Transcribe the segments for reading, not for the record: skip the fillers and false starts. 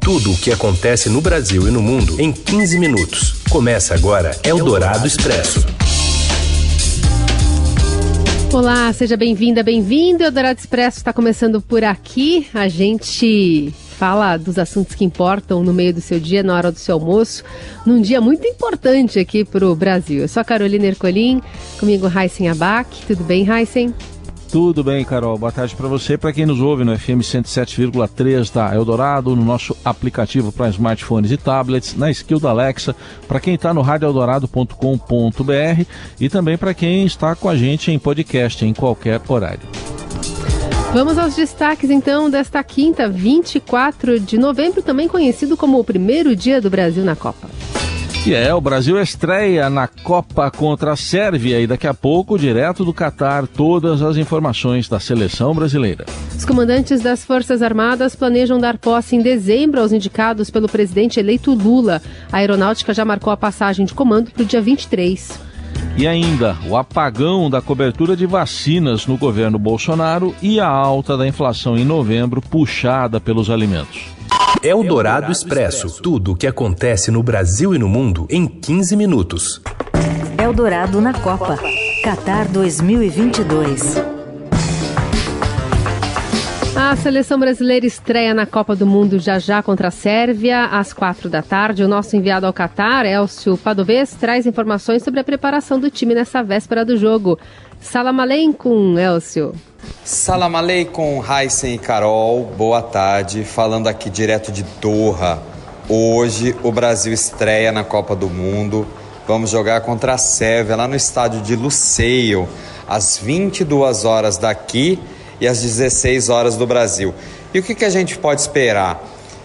Tudo o que acontece no Brasil e no mundo em 15 minutos. Começa agora Eldorado Expresso. Olá, seja bem-vinda, bem-vindo. Eldorado Expresso está começando por aqui. A gente fala dos assuntos que importam no meio do seu dia, na hora do seu almoço, num dia muito importante aqui para o Brasil. Eu sou a Carolina Ercolim, comigo Raíssen Abac. Tudo bem, Raíssen? Tudo bem, Carol. Boa tarde para você. Para quem nos ouve no FM 107,3 da Eldorado, no nosso aplicativo para smartphones e tablets, na skill da Alexa, para quem está no radioeldorado.com.br e também para quem está com a gente em podcast em qualquer horário. Vamos aos destaques, então, desta quinta, 24 de novembro, também conhecido como o primeiro dia do Brasil na Copa. O Brasil estreia na Copa contra a Sérvia e daqui a pouco, direto do Catar, todas as informações da seleção brasileira. Os comandantes das Forças Armadas planejam dar posse em dezembro aos indicados pelo presidente eleito Lula. A aeronáutica já marcou a passagem de comando para o dia 23. E ainda, o apagão da cobertura de vacinas no governo Bolsonaro e a alta da inflação em novembro puxada pelos alimentos. Eldorado Expresso. Tudo o que acontece no Brasil e no mundo em 15 minutos. Eldorado na Copa. Catar 2022. A seleção brasileira estreia na Copa do Mundo já contra a Sérvia, às 4h. O nosso enviado ao Catar, Elcio Padovez, traz informações sobre a preparação do time nessa véspera do jogo. Salam aleikum, Elcio. Salam aleikum, Raíssen e Carol. Boa tarde. Falando aqui direto de Doha. Hoje o Brasil estreia na Copa do Mundo. Vamos jogar contra a Sérvia lá no estádio de Lusail, às 22 horas daqui e às 16 horas do Brasil. E o que a gente pode esperar?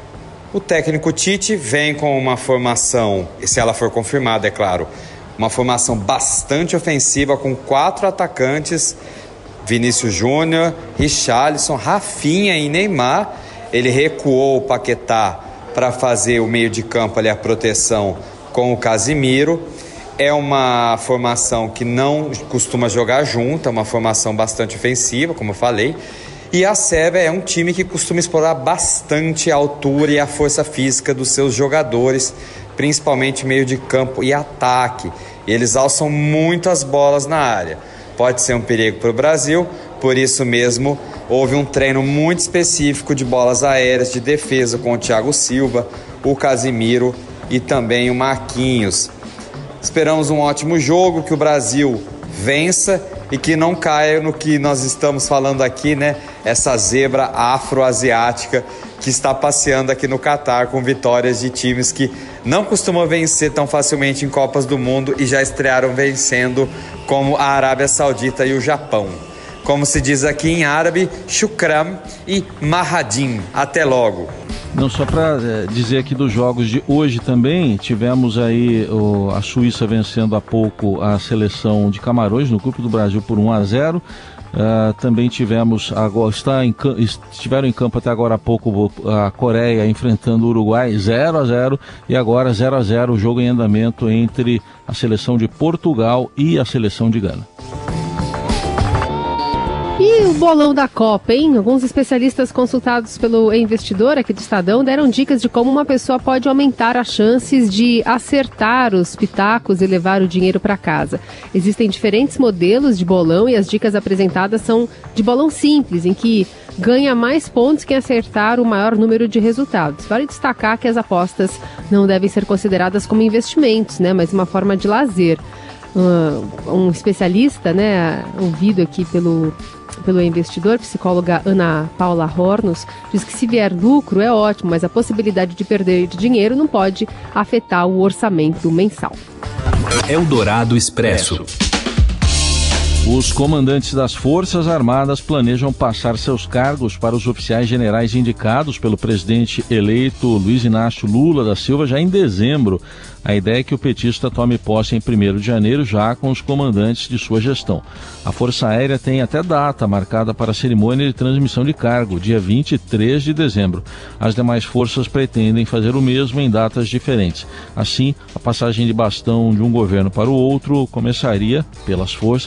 O técnico Tite vem com uma formação, se ela for confirmada, é claro, uma formação bastante ofensiva com 4 atacantes: Vinícius Júnior, Richarlison, Rafinha e Neymar. Ele recuou o Paquetá para fazer o meio de campo ali, a proteção com o Casimiro. É uma formação que não costuma jogar junto, é uma formação bastante ofensiva, como eu falei. E a Sérvia é um time que costuma explorar bastante a altura e a força física dos seus jogadores, principalmente meio de campo e ataque. Eles alçam muitas bolas na área. Pode ser um perigo para o Brasil, por isso mesmo houve um treino muito específico de bolas aéreas de defesa com o Thiago Silva, o Casimiro e também o Marquinhos. Esperamos um ótimo jogo, que o Brasil vença e que não caia no que nós estamos falando aqui, né? Essa zebra afro-asiática que está passeando aqui no Catar com vitórias de times que não costumam vencer tão facilmente em Copas do Mundo e já estrearam vencendo, como a Arábia Saudita e o Japão. Como se diz aqui em árabe, shukran e mahadim. Até logo. Não, só para dizer aqui dos jogos de hoje também, tivemos aí a Suíça vencendo há pouco a seleção de Camarões no Grupo do Brasil por 1-0. Também tivemos, estiveram em campo até agora há pouco a Coreia enfrentando o Uruguai 0-0 e agora 0-0 o jogo em andamento entre a seleção de Portugal e a seleção de Gana. E o bolão da Copa, hein? Alguns especialistas consultados pelo Investidor aqui do Estadão deram dicas de como uma pessoa pode aumentar as chances de acertar os pitacos e levar o dinheiro para casa. Existem diferentes modelos de bolão e as dicas apresentadas são de bolão simples, em que ganha mais pontos quem acertar o maior número de resultados. Vale destacar que as apostas não devem ser consideradas como investimentos, né? Mas uma forma de lazer. Um especialista, né, ouvido aqui pelo Investidor, psicóloga Ana Paula Hornos, diz que se vier lucro é ótimo, mas a possibilidade de perder dinheiro não pode afetar o orçamento mensal. Eldorado Expresso. Os comandantes das Forças Armadas planejam passar seus cargos para os oficiais generais indicados pelo presidente eleito Luiz Inácio Lula da Silva já em dezembro. A ideia é que o petista tome posse em 1º de janeiro, já com os comandantes de sua gestão. A Força Aérea tem até data marcada para a cerimônia de transmissão de cargo, dia 23 de dezembro. As demais forças pretendem fazer o mesmo em datas diferentes. Assim, a passagem de bastão de um governo para o outro começaria pelas Forças Armadas.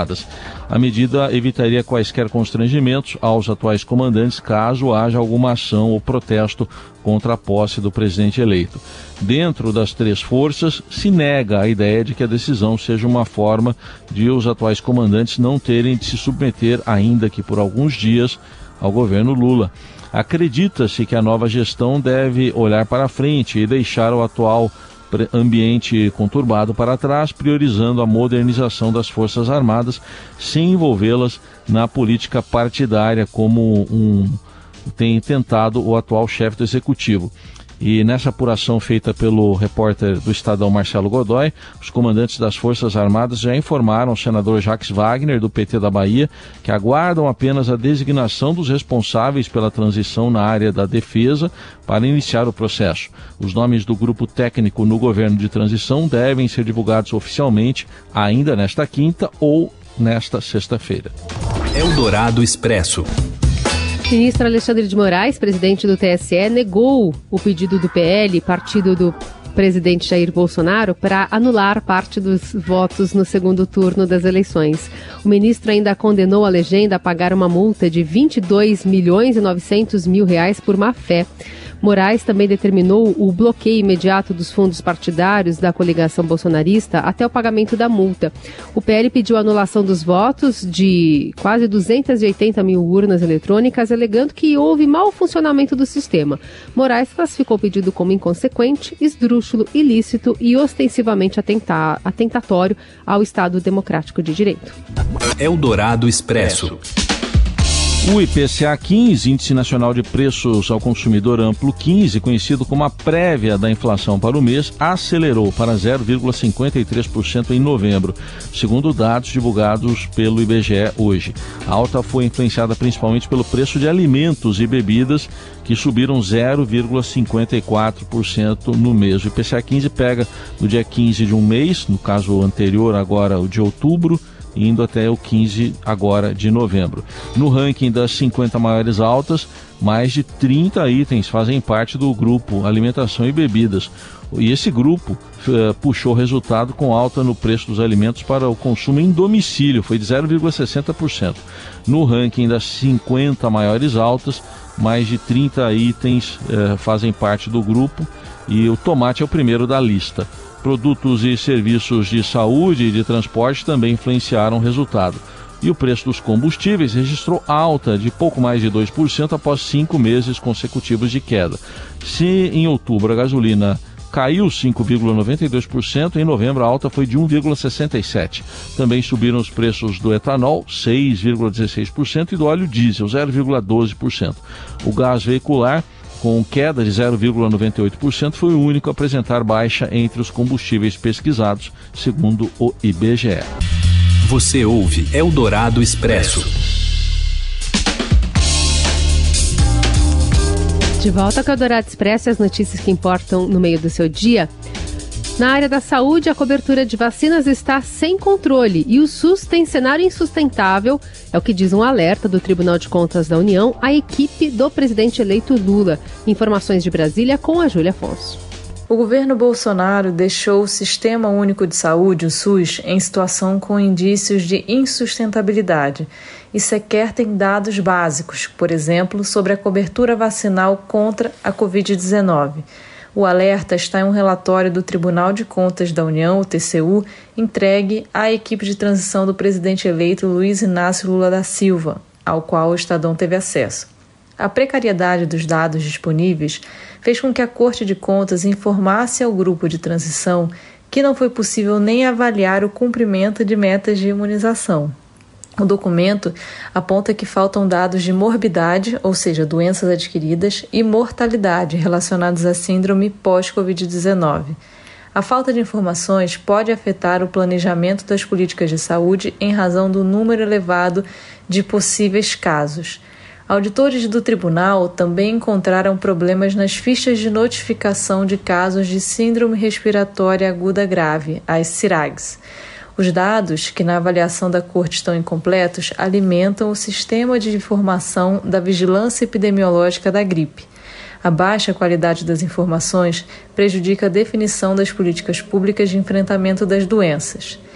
Armadas. A medida evitaria quaisquer constrangimentos aos atuais comandantes caso haja alguma ação ou protesto contra a posse do presidente eleito. Dentro das três forças, se nega a ideia de que a decisão seja uma forma de os atuais comandantes não terem de se submeter, ainda que por alguns dias, ao governo Lula. Acredita-se que a nova gestão deve olhar para frente e deixar o atual ambiente conturbado para trás, priorizando a modernização das Forças Armadas, sem envolvê-las na política partidária, como tem tentado o atual chefe do Executivo. E nessa apuração feita pelo repórter do Estadão Marcelo Godoy, os comandantes das Forças Armadas já informaram ao senador Jacques Wagner, do PT da Bahia, que aguardam apenas a designação dos responsáveis pela transição na área da defesa para iniciar o processo. Os nomes do grupo técnico no governo de transição devem ser divulgados oficialmente ainda nesta quinta ou nesta sexta-feira. Eldorado Expresso. O ministro Alexandre de Moraes, presidente do TSE, negou o pedido do PL, partido do presidente Jair Bolsonaro, para anular parte dos votos no segundo turno das eleições. O ministro ainda condenou a legenda a pagar uma multa de R$22.900.000 por má-fé. Moraes também determinou o bloqueio imediato dos fundos partidários da coligação bolsonarista até o pagamento da multa. O PL pediu a anulação dos votos de quase 280 mil urnas eletrônicas, alegando que houve mau funcionamento do sistema. Moraes classificou o pedido como inconsequente, esdrúxulo, ilícito e ostensivamente atentatório ao Estado Democrático de Direito. Eldorado Expresso. O IPCA 15, Índice Nacional de Preços ao Consumidor Amplo 15, conhecido como a prévia da inflação para o mês, acelerou para 0,53% em novembro, segundo dados divulgados pelo IBGE hoje. A alta foi influenciada principalmente pelo preço de alimentos e bebidas, que subiram 0,54% no mês. O IPCA 15 pega no dia 15 de um mês, no caso anterior agora o de outubro, indo até o 15 agora de novembro. No ranking das 50 maiores altas, mais de 30 itens fazem parte do grupo alimentação e bebidas. E esse grupo puxou resultado com alta no preço dos alimentos para o consumo em domicílio, foi de 0,60%. No ranking das 50 maiores altas, mais de 30 itens fazem parte do grupo e o tomate é o primeiro da lista. Produtos e serviços de saúde e de transporte também influenciaram o resultado. E o preço dos combustíveis registrou alta de pouco mais de 2% após 5 meses consecutivos de queda. Se em outubro a gasolina caiu 5,92%, em novembro a alta foi de 1,67%. Também subiram os preços do etanol, 6,16%, e do óleo diesel, 0,12%. O gás veicular, com queda de 0,98%, foi o único a apresentar baixa entre os combustíveis pesquisados, segundo o IBGE. Você ouve Eldorado Expresso. De volta com o Eldorado Expresso, as notícias que importam no meio do seu dia. Na área da saúde, a cobertura de vacinas está sem controle e o SUS tem cenário insustentável, é o que diz um alerta do Tribunal de Contas da União à equipe do presidente eleito Lula. Informações de Brasília com a Júlia Afonso. O governo Bolsonaro deixou o Sistema Único de Saúde, o SUS, em situação com indícios de insustentabilidade e sequer tem dados básicos, por exemplo, sobre a cobertura vacinal contra a Covid-19. O alerta está em um relatório do Tribunal de Contas da União, o TCU, entregue à equipe de transição do presidente eleito Luiz Inácio Lula da Silva, ao qual o Estadão teve acesso. A precariedade dos dados disponíveis fez com que a Corte de Contas informasse ao grupo de transição que não foi possível nem avaliar o cumprimento de metas de imunização. O documento aponta que faltam dados de morbidade, ou seja, doenças adquiridas, e mortalidade relacionados à síndrome pós-Covid-19. A falta de informações pode afetar o planejamento das políticas de saúde em razão do número elevado de possíveis casos. Auditores do tribunal também encontraram problemas nas fichas de notificação de casos de síndrome respiratória aguda grave, as CIRAGs. Os dados, que na avaliação da Corte estão incompletos, alimentam o sistema de informação da vigilância epidemiológica da gripe. A baixa qualidade das informações prejudica a definição das políticas públicas de enfrentamento das doenças.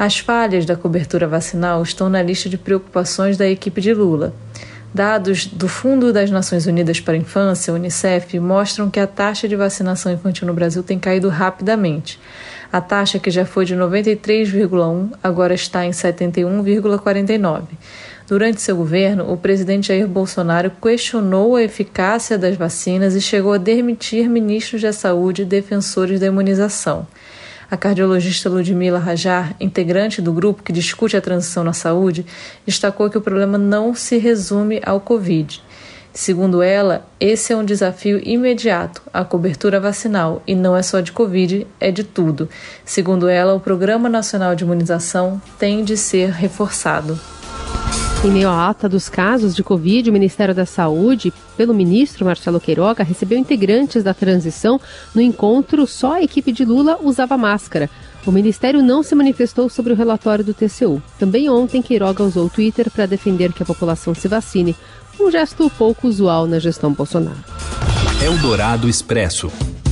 As falhas da cobertura vacinal estão na lista de preocupações da equipe de Lula. Dados do Fundo das Nações Unidas para a Infância, Unicef, mostram que a taxa de vacinação infantil no Brasil tem caído rapidamente. A taxa, que já foi de 93,1%, agora está em 71,49%. Durante seu governo, o presidente Jair Bolsonaro questionou a eficácia das vacinas e chegou a demitir ministros da saúde e defensores da imunização. A cardiologista Ludmila Rajar, integrante do grupo que discute a transição na saúde, destacou que o problema não se resume ao Covid. Segundo ela, esse é um desafio imediato, a cobertura vacinal, e não é só de Covid, é de tudo. Segundo ela, o Programa Nacional de Imunização tem de ser reforçado. Em meio à alta dos casos de Covid, o Ministério da Saúde, pelo ministro Marcelo Queiroga, recebeu integrantes da transição. No encontro, só a equipe de Lula usava máscara. O Ministério não se manifestou sobre o relatório do TCU. Também ontem, Queiroga usou o Twitter para defender que a população se vacine, um gesto pouco usual na gestão Bolsonaro. Eldorado Expresso.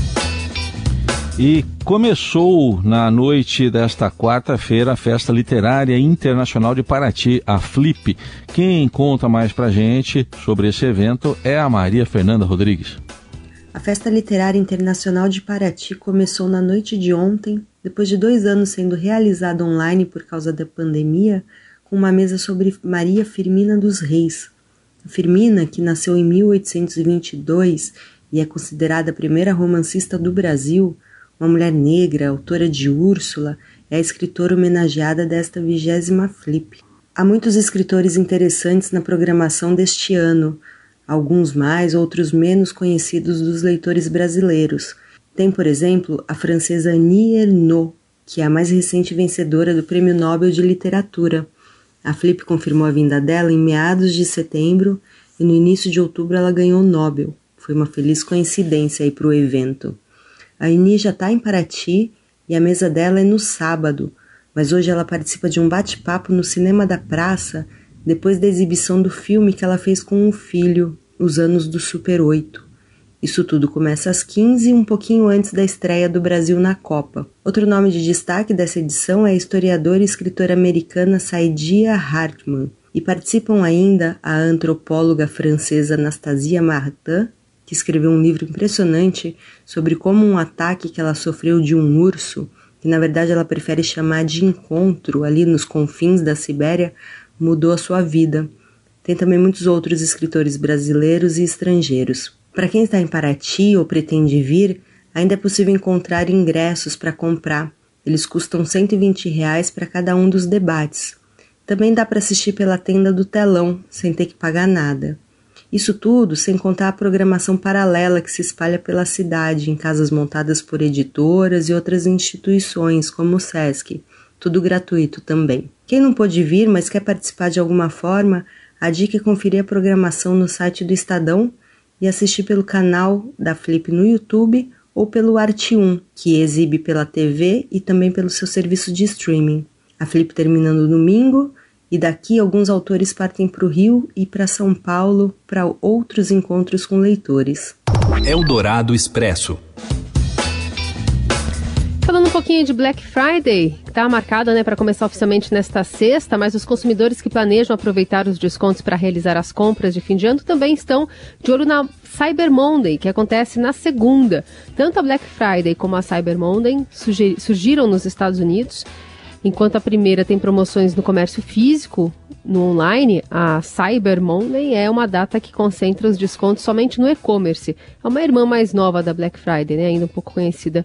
E começou na noite desta quarta-feira a Festa Literária Internacional de Paraty, a FLIP. Quem conta mais pra gente sobre esse evento é a Maria Fernanda Rodrigues. A Festa Literária Internacional de Paraty começou na noite de ontem, depois de 2 anos sendo realizada online por causa da pandemia, com uma mesa sobre Maria Firmina dos Reis. A Firmina, que nasceu em 1822 e é considerada a primeira romancista do Brasil, uma mulher negra, autora de Úrsula, é a escritora homenageada desta 20ª FLIP. Há muitos escritores interessantes na programação deste ano, alguns mais, outros menos conhecidos dos leitores brasileiros. Tem, por exemplo, a francesa Annie Ernaux, que é a mais recente vencedora do Prêmio Nobel de Literatura. A FLIP confirmou a vinda dela em meados de setembro e no início de outubro ela ganhou o Nobel. Foi uma feliz coincidência aí para o evento. A Annie já está em Paraty e a mesa dela é no sábado, mas hoje ela participa de um bate-papo no Cinema da Praça, depois da exibição do filme que ela fez com o filho, Os Anos do Super 8. Isso tudo começa às 15, um pouquinho antes da estreia do Brasil na Copa. Outro nome de destaque dessa edição é a historiadora e escritora americana Saidiya Hartman, e participam ainda a antropóloga francesa Anastasia Martin, que escreveu um livro impressionante sobre como um ataque que ela sofreu de um urso, que na verdade ela prefere chamar de encontro ali nos confins da Sibéria, mudou a sua vida. Tem também muitos outros escritores brasileiros e estrangeiros. Para quem está em Paraty ou pretende vir, ainda é possível encontrar ingressos para comprar. Eles custam R$120 para cada um dos debates. Também dá para assistir pela tenda do telão, sem ter que pagar nada. Isso tudo sem contar a programação paralela que se espalha pela cidade, em casas montadas por editoras e outras instituições, como o Sesc. Tudo gratuito também. Quem não pôde vir, mas quer participar de alguma forma, a dica é conferir a programação no site do Estadão e assistir pelo canal da FLIP no YouTube ou pelo Arte1, que exibe pela TV e também pelo seu serviço de streaming. A FLIP termina no domingo, e daqui alguns autores partem para o Rio e para São Paulo para outros encontros com leitores. Eldorado Expresso. Falando um pouquinho de Black Friday, que está marcada para começar oficialmente nesta sexta, mas os consumidores que planejam aproveitar os descontos para realizar as compras de fim de ano também estão de olho na Cyber Monday, que acontece na segunda. Tanto a Black Friday como a Cyber Monday surgiram nos Estados Unidos. Enquanto a primeira tem promoções no comércio físico, no online, a Cyber Monday é uma data que concentra os descontos somente no e-commerce. É uma irmã mais nova da Black Friday, ainda pouco conhecida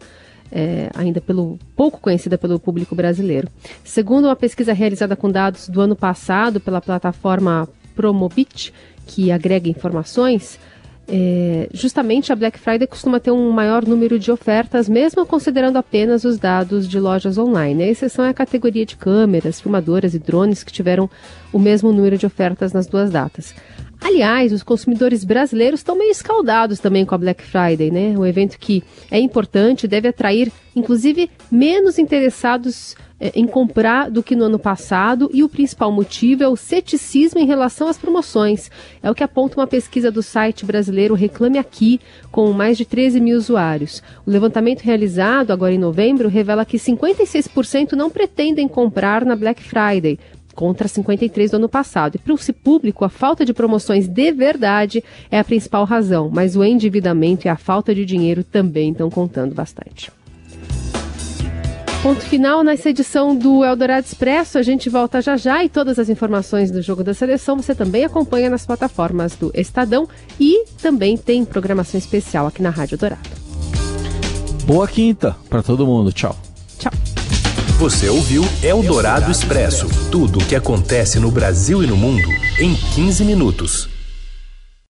pelo público brasileiro. Segundo uma pesquisa realizada com dados do ano passado pela plataforma Promobit, que agrega informações, justamente a Black Friday costuma ter um maior número de ofertas, mesmo considerando apenas os dados de lojas online. A exceção é a categoria de câmeras, filmadoras e drones, que tiveram o mesmo número de ofertas nas duas datas. Aliás, os consumidores brasileiros estão meio escaldados também com a Black Friday, né? Um evento que é importante, deve atrair, inclusive, menos interessados em comprar do que no ano passado, e o principal motivo é o ceticismo em relação às promoções. É o que aponta uma pesquisa do site brasileiro Reclame Aqui, com mais de 13 mil usuários. O levantamento realizado agora em novembro revela que 56% não pretendem comprar na Black Friday, contra 53% do ano passado. E para o público, a falta de promoções de verdade é a principal razão, mas o endividamento e a falta de dinheiro também estão contando bastante. Ponto final nessa edição do Eldorado Expresso. A gente volta já e todas as informações do Jogo da Seleção você também acompanha nas plataformas do Estadão e também tem programação especial aqui na Rádio Dourado. Boa quinta para todo mundo. Tchau. Tchau. Você ouviu Eldorado Expresso. Tudo o que acontece no Brasil e no mundo em 15 minutos.